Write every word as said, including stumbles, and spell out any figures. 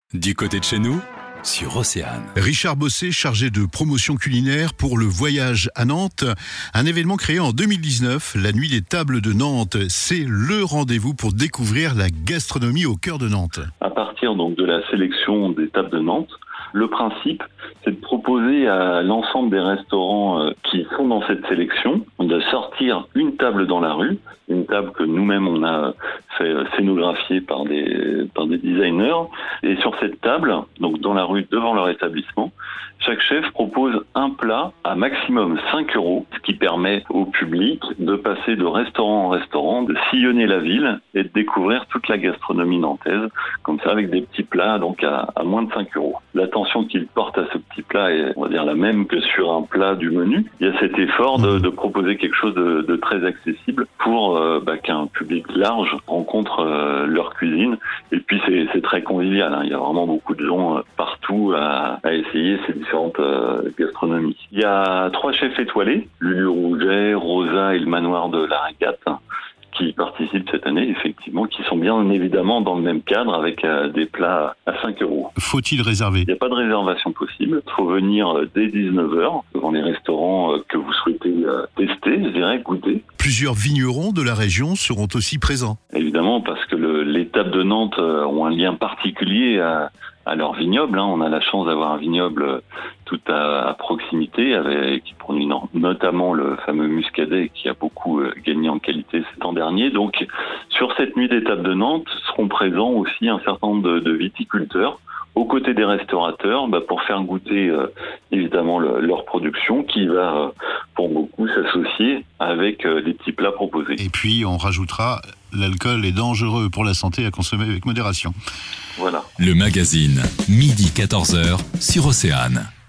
Du côté de chez nous, sur Océane. Richard Bossé, chargé de promotion culinaire pour le voyage à Nantes. Un événement créé en deux mille dix-neuf, la Nuit des Tables de Nantes. C'est le rendez-vous pour découvrir la gastronomie au cœur de Nantes. À partir donc de la sélection des tables de Nantes, le principe, c'est de proposer à l'ensemble des restaurants qui sont dans cette sélection de sortir une table dans la rue, une table que nous-mêmes on a fait scénographier par des par des designers. Et sur cette table, donc dans la rue devant leur établissement, chaque chef propose un plat à maximum cinq euros, ce qui permet au public de passer de restaurant en restaurant, de sillonner la ville et de découvrir toute la gastronomie nantaise, comme ça avec des petits plats donc à, à moins de cinq euros. L'attention qu'il porte à ce petit plat est, on va dire, la même que sur un plat du menu. Il y a cet effort de, de proposer quelque chose de, de très accessible pour euh, bah, qu'un public large rencontre euh, leur cuisine. Et puis c'est, c'est très convivial, hein. Il y a vraiment beaucoup de gens euh, partout à, à essayer ces différentes euh, gastronomies. Il y a trois chefs étoilés, Lulu Rouget, Rosa et le Manoir de la Régate, qui participent cette année, effectivement, qui sont bien évidemment dans le même cadre avec euh, des plats à cinq euros. Faut-il réserver ? Il n'y a pas de réservation possible. Il faut venir dès dix-neuf heures dans les restaurants que vous souhaitez euh, tester, je dirais, goûter. Plusieurs vignerons de la région seront aussi présents. Évidemment, parce que le, les tables de Nantes ont un lien particulier à, à leur vignoble. Hein. On a la chance d'avoir un vignoble tout à, à proximité, avec, qui produit notamment le fameux muscadet qui a beaucoup gagné en qualité cet an dernier. Donc, sur cette nuit des tables de Nantes seront présents aussi un certain nombre de, de viticulteurs aux côtés des restaurateurs, bah, pour faire goûter euh, évidemment le, leur production qui va euh, pour beaucoup s'associer avec euh, les petits plats proposés. Et puis on rajoutera, l'alcool est dangereux pour la santé, à consommer avec modération. Voilà. Le magazine, midi quatorze heures sur Océane.